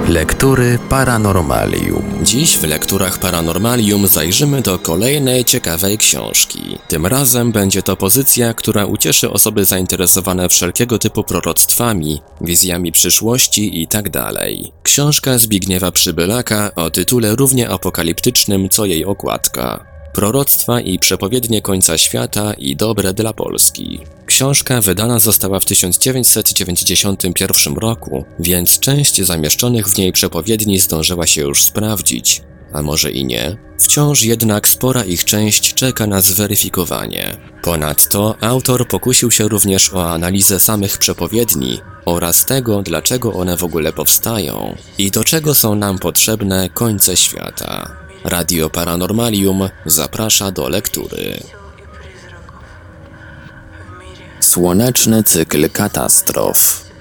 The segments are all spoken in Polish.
Lektury Paranormalium. Dziś w Lekturach Paranormalium zajrzymy do kolejnej ciekawej książki. Tym razem będzie to pozycja, która ucieszy osoby zainteresowane wszelkiego typu proroctwami, wizjami przyszłości itd. Książka Zbigniewa Przybylaka o tytule równie apokaliptycznym co jej okładka. Proroctwa i przepowiednie końca świata i dobre dla Polski. Książka wydana została w 1991 roku, więc część zamieszczonych w niej przepowiedni zdążyła się już sprawdzić, a może i nie. Wciąż jednak spora ich część czeka na zweryfikowanie. Ponadto autor pokusił się również o analizę samych przepowiedni oraz tego, dlaczego one w ogóle powstają i do czego są nam potrzebne końce świata. Radio Paranormalium zaprasza do lektury. Słoneczny cykl katastrof.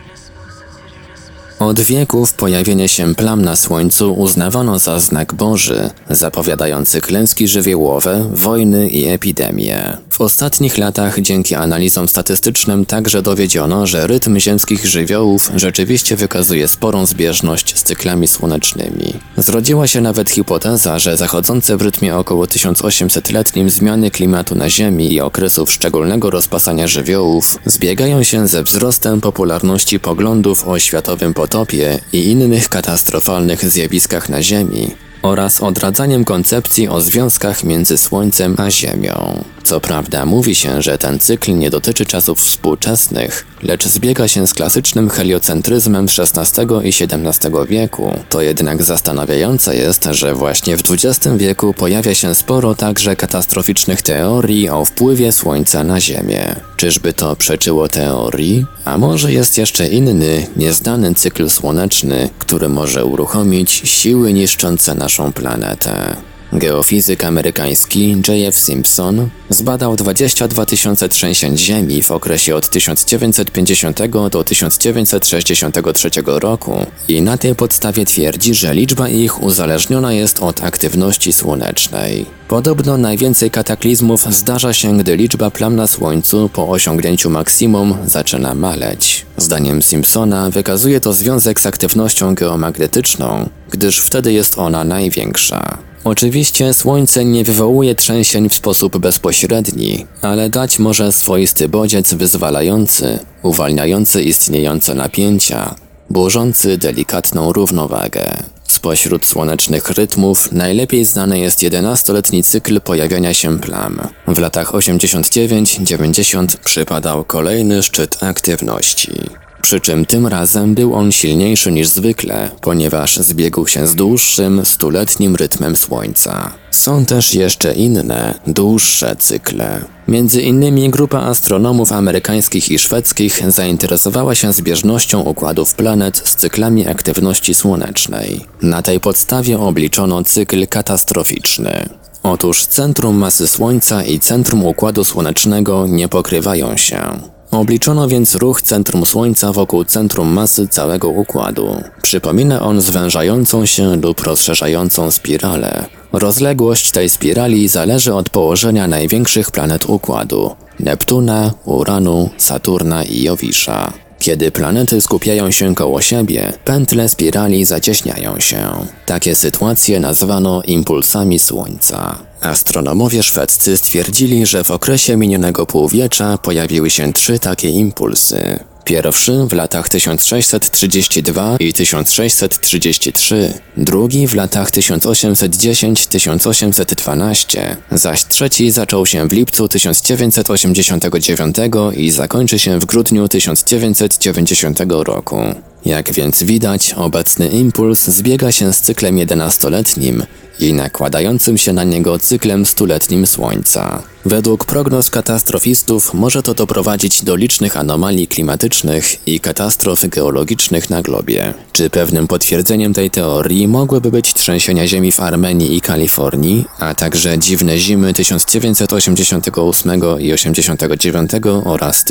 Od wieków pojawienie się plam na Słońcu uznawano za znak Boży, zapowiadający klęski żywiołowe, wojny i epidemie. W ostatnich latach dzięki analizom statystycznym także dowiedziono, że rytm ziemskich żywiołów rzeczywiście wykazuje sporą zbieżność z cyklami słonecznymi. Zrodziła się nawet hipoteza, że zachodzące w rytmie około 1800-letnim zmiany klimatu na Ziemi i okresów szczególnego rozpasania żywiołów zbiegają się ze wzrostem popularności poglądów o światowym potopie i innych katastrofalnych zjawiskach na Ziemi oraz odradzaniem koncepcji o związkach między Słońcem a Ziemią. Co prawda mówi się, że ten cykl nie dotyczy czasów współczesnych, lecz zbiega się z klasycznym heliocentryzmem XVI i XVII wieku. To jednak zastanawiające jest, że właśnie w XX wieku pojawia się sporo także katastroficznych teorii o wpływie Słońca na Ziemię. Czyżby to przeczyło teorii? A może jest jeszcze inny, nieznany cykl słoneczny, który może uruchomić siły niszczące naszą planetę? Geofizyk amerykański J.F. Simpson zbadał 22 000 trzęsień ziemi w okresie od 1950 do 1963 roku i na tej podstawie twierdzi, że liczba ich uzależniona jest od aktywności słonecznej. Podobno najwięcej kataklizmów zdarza się, gdy liczba plam na Słońcu po osiągnięciu maksimum zaczyna maleć. Zdaniem Simpsona wykazuje to związek z aktywnością geomagnetyczną, gdyż wtedy jest ona największa. Oczywiście Słońce nie wywołuje trzęsień w sposób bezpośredni, ale dać może swoisty bodziec wyzwalający, uwalniający istniejące napięcia, burzący delikatną równowagę. Spośród słonecznych rytmów najlepiej znany jest 11-letni cykl pojawiania się plam. W latach 89-90 przypadał kolejny szczyt aktywności. Przy czym tym razem był on silniejszy niż zwykle, ponieważ zbiegł się z dłuższym, 100-letnim rytmem Słońca. Są też jeszcze inne, dłuższe cykle. Między innymi grupa astronomów amerykańskich i szwedzkich zainteresowała się zbieżnością układów planet z cyklami aktywności słonecznej. Na tej podstawie obliczono cykl katastroficzny. Otóż centrum masy Słońca i centrum Układu Słonecznego nie pokrywają się. Obliczono więc ruch centrum Słońca wokół centrum masy całego układu. Przypomina on zwężającą się lub rozszerzającą spiralę. Rozległość tej spirali zależy od położenia największych planet układu: Neptuna, Uranu, Saturna i Jowisza. Kiedy planety skupiają się koło siebie, pętle spirali zacieśniają się. Takie sytuacje nazwano impulsami Słońca. Astronomowie szwedzcy stwierdzili, że w okresie minionego półwiecza pojawiły się 3 takie impulsy. Pierwszy w latach 1632 i 1633, drugi w latach 1810-1812, zaś trzeci zaczął się w lipcu 1989 i zakończy się w grudniu 1990 roku. Jak więc widać, obecny impuls zbiega się z cyklem 11-letnim i nakładającym się na niego cyklem 100-letnim Słońca. Według prognoz katastrofistów może to doprowadzić do licznych anomalii klimatycznych i katastrof geologicznych na globie. Czy pewnym potwierdzeniem tej teorii mogłyby być trzęsienia ziemi w Armenii i Kalifornii, a także dziwne zimy 1988 i 89 oraz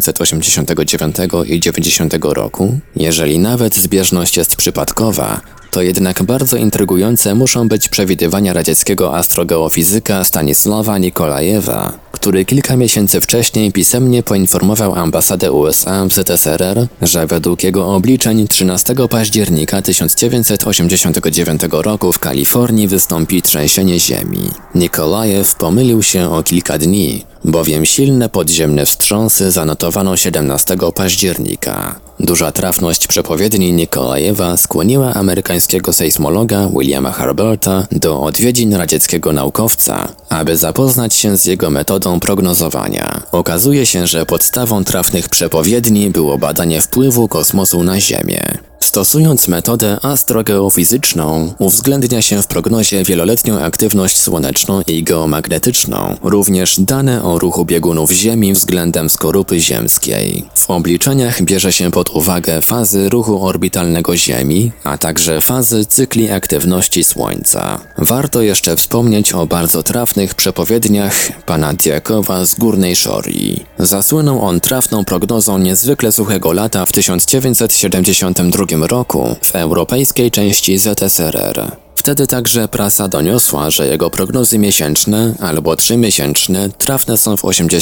1989 i 90 roku? Jeżeli nawet zbieżność jest przypadkowa, To jednak bardzo intrygujące muszą być przewidywania radzieckiego astrogeofizyka Stanisława Nikolajewa, który kilka miesięcy wcześniej pisemnie poinformował ambasadę USA w ZSRR, że według jego obliczeń 13 października 1989 roku w Kalifornii wystąpi trzęsienie ziemi. Nikolajew pomylił się o kilka dni, bowiem silne podziemne wstrząsy zanotowano 17 października. Duża trafność przepowiedni Nikolajewa skłoniła amerykańskiego sejsmologa Williama Herberta do odwiedzin radzieckiego naukowca, aby zapoznać się z jego metodą prognozowania. Okazuje się, że podstawą trafnych przepowiedni było badanie wpływu kosmosu na Ziemię. Stosując metodę astrogeofizyczną, uwzględnia się w prognozie wieloletnią aktywność słoneczną i geomagnetyczną, również dane o ruchu biegunów Ziemi względem skorupy ziemskiej. W obliczeniach bierze się pod uwagę fazy ruchu orbitalnego Ziemi, a także fazy cykli aktywności Słońca. Warto jeszcze wspomnieć o bardzo trafnych przepowiedniach pana Djakowa z Górnej Szorii. Zasłynął on trafną prognozą niezwykle suchego lata w 1972 roku w europejskiej części ZSRR. Wtedy także prasa doniosła, że jego prognozy miesięczne albo 3-miesięczne trafne są w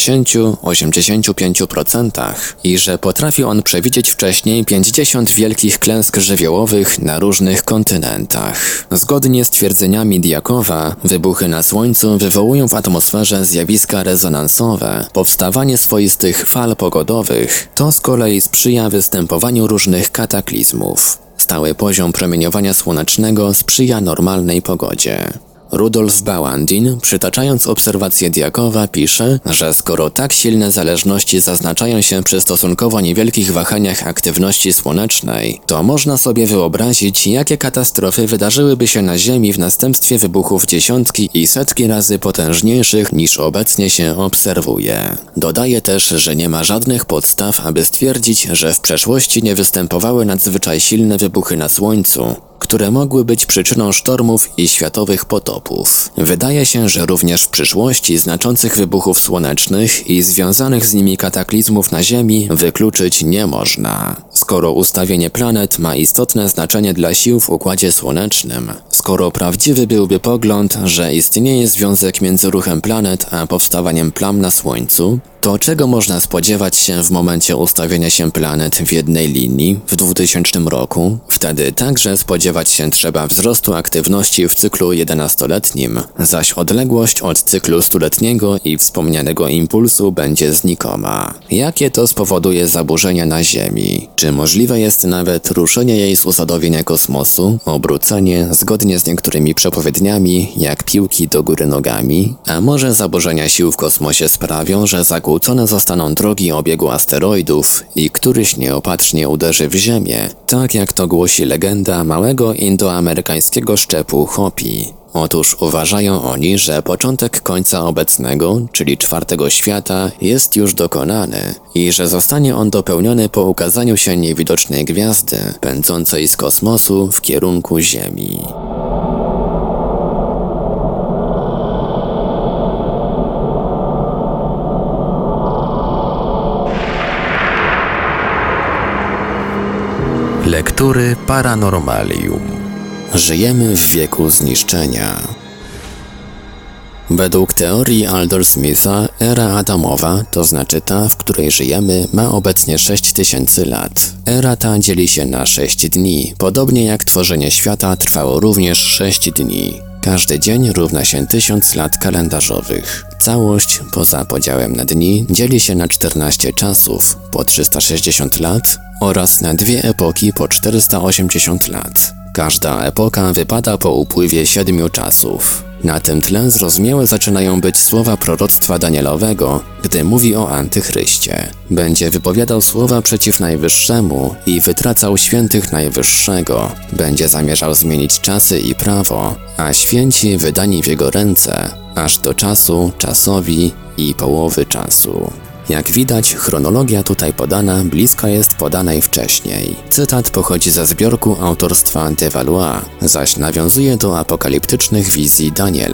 80–85% i że potrafi on przewidzieć wcześniej 50 wielkich klęsk żywiołowych na różnych kontynentach. Zgodnie z twierdzeniami Djakowa, wybuchy na Słońcu wywołują w atmosferze zjawiska rezonansowe, powstawanie swoistych fal pogodowych. To z kolei sprzyja występowaniu różnych kataklizmów. Stały poziom promieniowania słonecznego sprzyja normalnej pogodzie. Rudolf Bałandin, przytaczając obserwacje Djakowa, pisze, że skoro tak silne zależności zaznaczają się przy stosunkowo niewielkich wahaniach aktywności słonecznej, to można sobie wyobrazić, jakie katastrofy wydarzyłyby się na Ziemi w następstwie wybuchów dziesiątki i setki razy potężniejszych niż obecnie się obserwuje. Dodaje też, że nie ma żadnych podstaw, aby stwierdzić, że w przeszłości nie występowały nadzwyczaj silne wybuchy na Słońcu, które mogły być przyczyną sztormów i światowych potopów. Wydaje się, że również w przyszłości znaczących wybuchów słonecznych i związanych z nimi kataklizmów na Ziemi wykluczyć nie można. Skoro ustawienie planet ma istotne znaczenie dla sił w Układzie Słonecznym, skoro prawdziwy byłby pogląd, że istnieje związek między ruchem planet a powstawaniem plam na Słońcu, to czego można spodziewać się w momencie ustawienia się planet w jednej linii w 2000 roku? Wtedy także spodziewać się trzeba wzrostu aktywności w cyklu 11-letnim, zaś odległość od cyklu 100-letniego i wspomnianego impulsu będzie znikoma. Jakie to spowoduje zaburzenia na Ziemi? Czy możliwe jest nawet ruszenie jej z usadowienia kosmosu, obrócenie, zgodnie z niektórymi przepowiedniami, jak piłki do góry nogami? A może zaburzenia sił w kosmosie sprawią, że zakłócone zostaną drogi obiegu asteroidów i któryś nieopatrznie uderzy w Ziemię, tak jak to głosi legenda małego indoamerykańskiego szczepu Hopi. Otóż uważają oni, że początek końca obecnego, czyli czwartego świata, jest już dokonany i że zostanie on dopełniony po ukazaniu się niewidocznej gwiazdy pędzącej z kosmosu w kierunku Ziemi. Lektury Paranormalium. Żyjemy w wieku zniszczenia. Według teorii Aldersmitha era adamowa, to znaczy ta, w której żyjemy, ma obecnie 6000 lat. Era ta dzieli się na 6 dni, podobnie jak tworzenie świata trwało również 6 dni. Każdy dzień równa się 1000 lat kalendarzowych. Całość, poza podziałem na dni, dzieli się na 14 czasów, po 360 lat oraz na dwie epoki po 480 lat. Każda epoka wypada po upływie 7 czasów. Na tym tle zrozumiałe zaczynają być słowa proroctwa Danielowego, gdy mówi o Antychryście. Będzie wypowiadał słowa przeciw Najwyższemu i wytracał świętych Najwyższego. Będzie zamierzał zmienić czasy i prawo, a święci wydani w jego ręce, aż do czasu, czasowi i połowy czasu. Jak widać, chronologia tutaj podana bliska jest podanej wcześniej. Cytat pochodzi ze zbiorku autorstwa de Valois, zaś nawiązuje do apokaliptycznych wizji Daniela.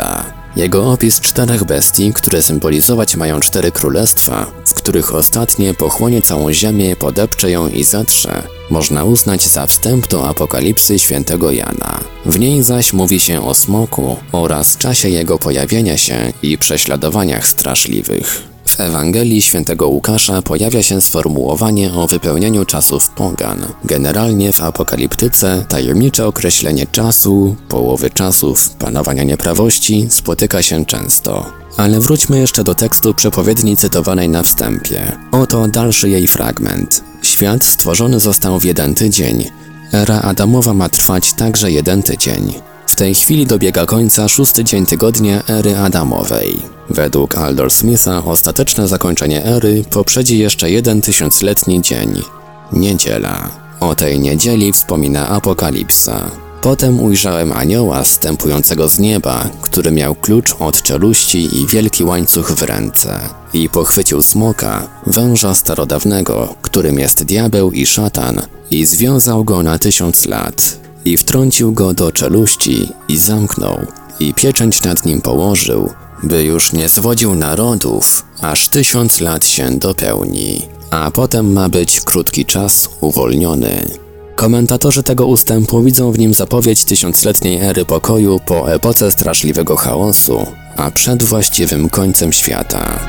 Jego opis 4 bestii, które symbolizować mają 4 królestwa, w których ostatnie pochłonie całą ziemię, podepcze ją i zetrze, można uznać za wstęp do Apokalipsy świętego Jana. W niej zaś mówi się o smoku oraz czasie jego pojawienia się i prześladowaniach straszliwych. W Ewangelii świętego Łukasza pojawia się sformułowanie o wypełnieniu czasów pogan. Generalnie w apokaliptyce tajemnicze określenie czasu, połowy czasów, panowania nieprawości spotyka się często. Ale wróćmy jeszcze do tekstu przepowiedni cytowanej na wstępie. Oto dalszy jej fragment. Świat stworzony został w 1 tydzień. Era Adamowa ma trwać także 1 tydzień. W tej chwili dobiega końca 6. dzień tygodnia ery Adamowej. Według Aldor Smitha ostateczne zakończenie ery poprzedzi jeszcze 1 tysiącletni dzień. Niedziela. O tej niedzieli wspomina Apokalipsa. Potem ujrzałem anioła zstępującego z nieba, który miał klucz od czeluści i wielki łańcuch w ręce. I pochwycił smoka, węża starodawnego, którym jest diabeł i szatan, i związał go na 1000 lat. I wtrącił go do czeluści i zamknął, i pieczęć nad nim położył, by już nie zwodził narodów, aż 1000 lat się dopełni. A potem ma być krótki czas uwolniony. Komentatorzy tego ustępu widzą w nim zapowiedź 1000-letniej ery pokoju po epoce straszliwego chaosu, a przed właściwym końcem świata.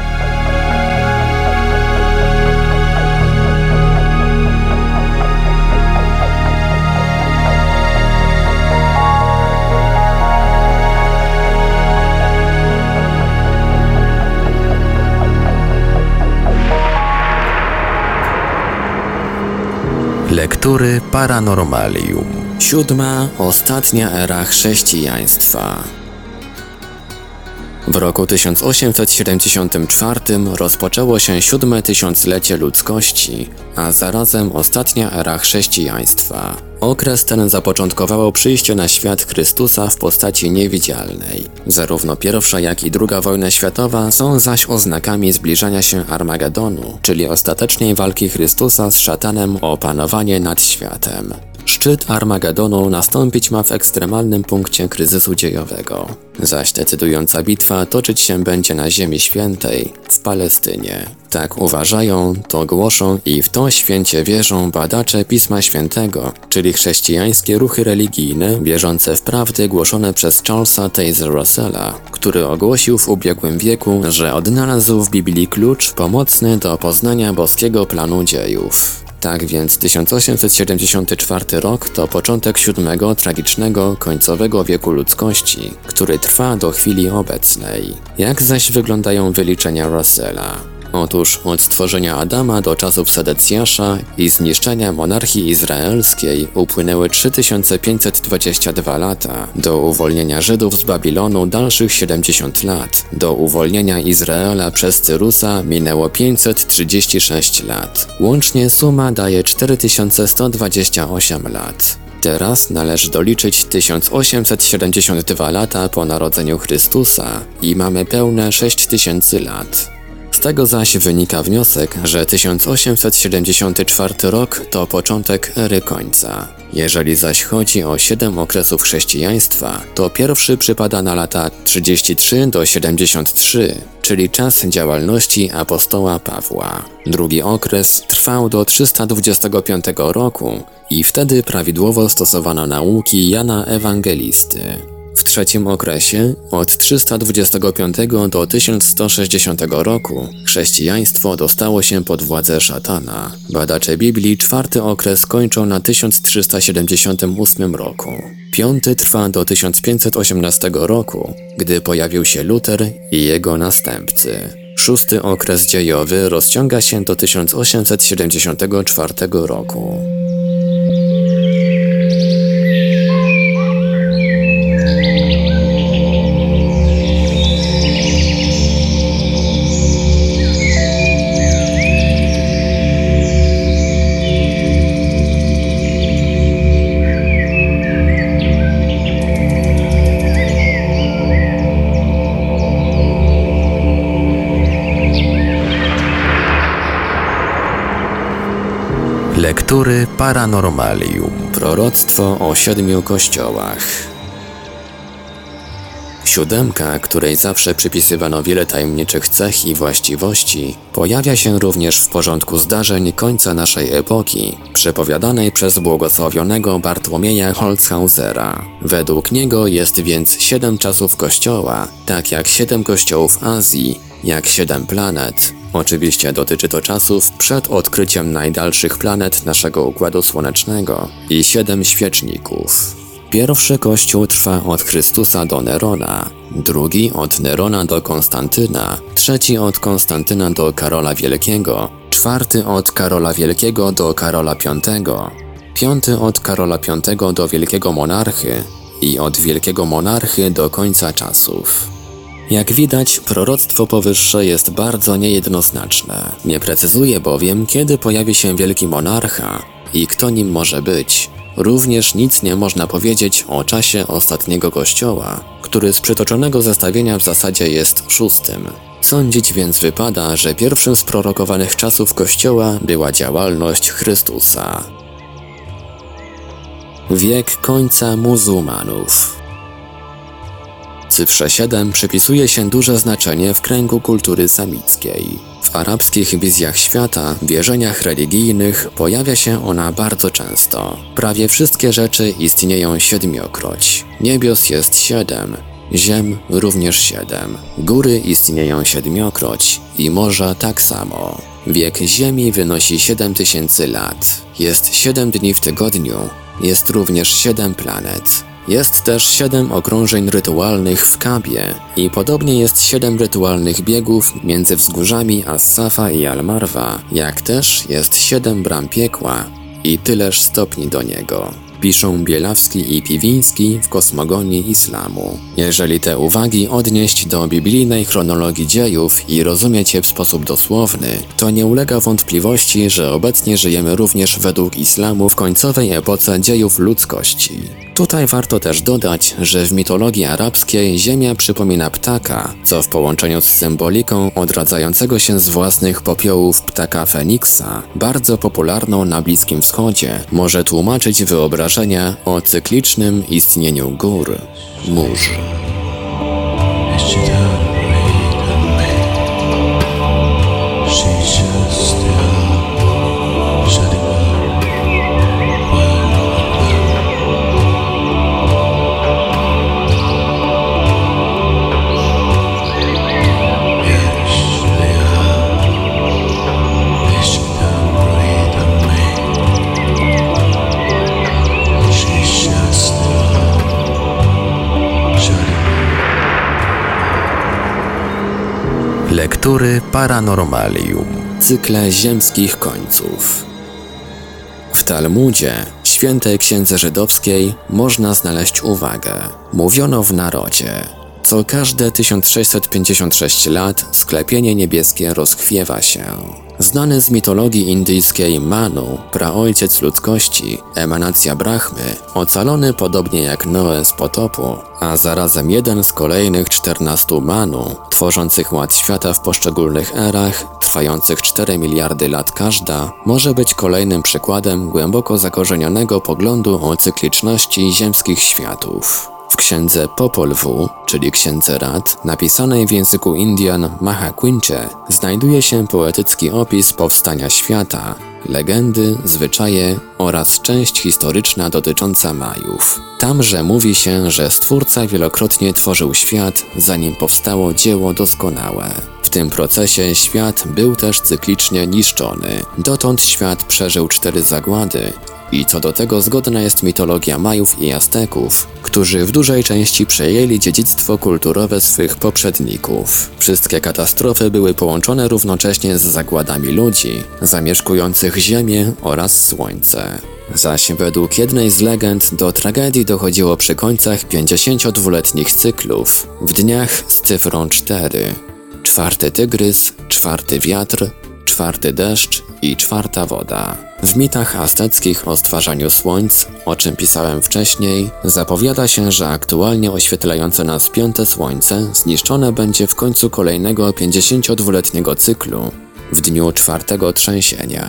Lektury Paranormalium. 7. Ostatnia era chrześcijaństwa. W roku 1874 rozpoczęło się 7. tysiąclecie ludzkości, a zarazem ostatnia era chrześcijaństwa. Okres ten zapoczątkowało przyjście na świat Chrystusa w postaci niewidzialnej. Zarówno pierwsza, jak i II wojna światowa są zaś oznakami zbliżania się Armagedonu, czyli ostatecznej walki Chrystusa z szatanem o panowanie nad światem. Szczyt Armagedonu nastąpić ma w ekstremalnym punkcie kryzysu dziejowego, zaś decydująca bitwa toczyć się będzie na Ziemi Świętej, w Palestynie. Tak uważają, to głoszą i w to święcie wierzą badacze Pisma Świętego, czyli chrześcijańskie ruchy religijne wierzące w prawdy głoszone przez Charlesa Taze Russella, który ogłosił w ubiegłym wieku, że odnalazł w Biblii klucz pomocny do poznania boskiego planu dziejów. Tak więc 1874 rok to początek 7. tragicznego, końcowego wieku ludzkości, który trwa do chwili obecnej. Jak zaś wyglądają wyliczenia Russella? Otóż od stworzenia Adama do czasów Sedecjasza i zniszczenia monarchii izraelskiej upłynęły 3522 lata, do uwolnienia Żydów z Babilonu dalszych 70 lat, do uwolnienia Izraela przez Cyrusa minęło 536 lat. Łącznie suma daje 4128 lat. Teraz należy doliczyć 1872 lata po narodzeniu Chrystusa i mamy pełne 6000 lat. Z tego zaś wynika wniosek, że 1874 rok to początek ery końca. Jeżeli zaś chodzi o 7 okresów chrześcijaństwa, to pierwszy przypada na lata 33 do 73, czyli czas działalności apostoła Pawła. Drugi okres trwał do 325 roku i wtedy prawidłowo stosowano nauki Jana Ewangelisty. W trzecim okresie, od 325 do 1160 roku, chrześcijaństwo dostało się pod władzę szatana. Badacze Biblii 4. okres kończą na 1378 roku. 5. trwa do 1518 roku, gdy pojawił się Luter i jego następcy. 6. okres dziejowy rozciąga się do 1874 roku. Lektury Paranormalium. Proroctwo o 7 kościołach. Siódemka, której zawsze przypisywano wiele tajemniczych cech i właściwości, pojawia się również w porządku zdarzeń końca naszej epoki, przepowiadanej przez błogosławionego Bartłomieja Holzhausera. Według niego jest więc 7 czasów Kościoła, tak jak 7 kościołów Azji, jak 7 planet. Oczywiście dotyczy to czasów przed odkryciem najdalszych planet naszego Układu Słonecznego i 7 świeczników. Pierwszy kościół trwa od Chrystusa do Nerona, drugi od Nerona do Konstantyna, trzeci od Konstantyna do Karola Wielkiego, czwarty od Karola Wielkiego do Karola V, piąty od Karola V do Wielkiego Monarchy i od Wielkiego Monarchy do końca czasów. Jak widać, proroctwo powyższe jest bardzo niejednoznaczne. Nie precyzuje bowiem, kiedy pojawi się Wielki Monarcha i kto nim może być. Również nic nie można powiedzieć o czasie ostatniego kościoła, który z przytoczonego zestawienia w zasadzie jest 6. Sądzić więc wypada, że pierwszym z prorokowanych czasów kościoła była działalność Chrystusa. Wiek końca muzułmanów. Cyfrze 7 przypisuje się duże znaczenie w kręgu kultury samickiej. W arabskich wizjach świata, wierzeniach religijnych pojawia się ona bardzo często. Prawie wszystkie rzeczy istnieją 7-kroć. Niebios jest 7, ziem również 7, góry istnieją 7-kroć i morza tak samo. Wiek Ziemi wynosi 7000 lat. Jest 7 dni w tygodniu, jest również 7 planet. Jest też 7 okrążeń rytualnych w Kabie i podobnie jest 7 rytualnych biegów między wzgórzami As-Safa i Al-Marwa, jak też jest 7 bram piekła i tyleż stopni do niego. Piszą Bielawski i Piwiński w Kosmogonii Islamu. Jeżeli te uwagi odnieść do biblijnej chronologii dziejów i rozumieć je w sposób dosłowny, to nie ulega wątpliwości, że obecnie żyjemy również według islamu w końcowej epoce dziejów ludzkości. Tutaj warto też dodać, że w mitologii arabskiej Ziemia przypomina ptaka, co w połączeniu z symboliką odradzającego się z własnych popiołów ptaka Feniksa, bardzo popularną na Bliskim Wschodzie, może tłumaczyć wyobrażenia o cyklicznym istnieniu gór, mórz. Lektury Paranormalium. Cykle ziemskich końców. W Talmudzie, świętej księdze żydowskiej, można znaleźć uwagę. Mówiono w narodzie: co każde 1656 lat sklepienie niebieskie rozchwiewa się. Znany z mitologii indyjskiej Manu, praojciec ludzkości, emanacja Brahmy, ocalony podobnie jak Noe z potopu, a zarazem jeden z kolejnych 14 Manu, tworzących ład świata w poszczególnych erach, trwających 4 miliardy lat każda, może być kolejnym przykładem głęboko zakorzenionego poglądu o cykliczności ziemskich światów. W księdze Popol Vuh, czyli księdze Rad, napisanej w języku Indian Mahaquinche, znajduje się poetycki opis powstania świata, legendy, zwyczaje oraz część historyczna dotycząca Majów. Tamże mówi się, że Stwórca wielokrotnie tworzył świat, zanim powstało dzieło doskonałe. W tym procesie świat był też cyklicznie niszczony. Dotąd świat przeżył 4 zagłady, i co do tego zgodna jest mitologia Majów i Azteków, którzy w dużej części przejęli dziedzictwo kulturowe swych poprzedników. Wszystkie katastrofy były połączone równocześnie z zagładami ludzi, zamieszkujących Ziemię oraz Słońce. Zaś według jednej z legend do tragedii dochodziło przy końcach 52-letnich cyklów, w dniach z cyfrą 4. 4 tygrys, 4 wiatr, 4 deszcz i 4 woda. W mitach azteckich o stwarzaniu słońc, o czym pisałem wcześniej, zapowiada się, że aktualnie oświetlające nas 5. słońce zniszczone będzie w końcu kolejnego 52-letniego cyklu, w dniu 4 trzęsienia.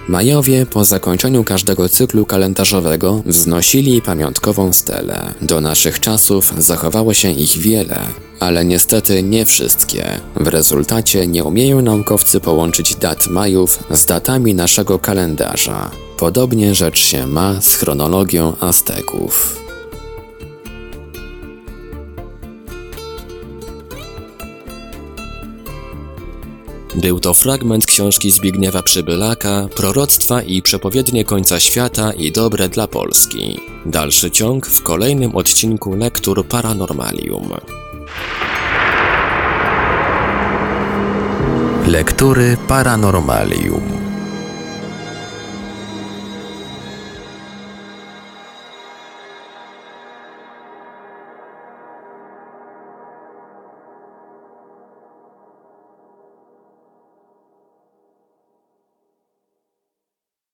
Majowie po zakończeniu każdego cyklu kalendarzowego wznosili pamiątkową stelę. Do naszych czasów zachowało się ich wiele, ale niestety nie wszystkie. W rezultacie nie umieją naukowcy połączyć dat Majów z datami naszego kalendarza. Podobnie rzecz się ma z chronologią Azteków. Był to fragment książki Zbigniewa Przybylaka Proroctwa i przepowiednie końca świata i dobre dla Polski. Dalszy ciąg w kolejnym odcinku Lektur Paranormalium. Lektury Paranormalium.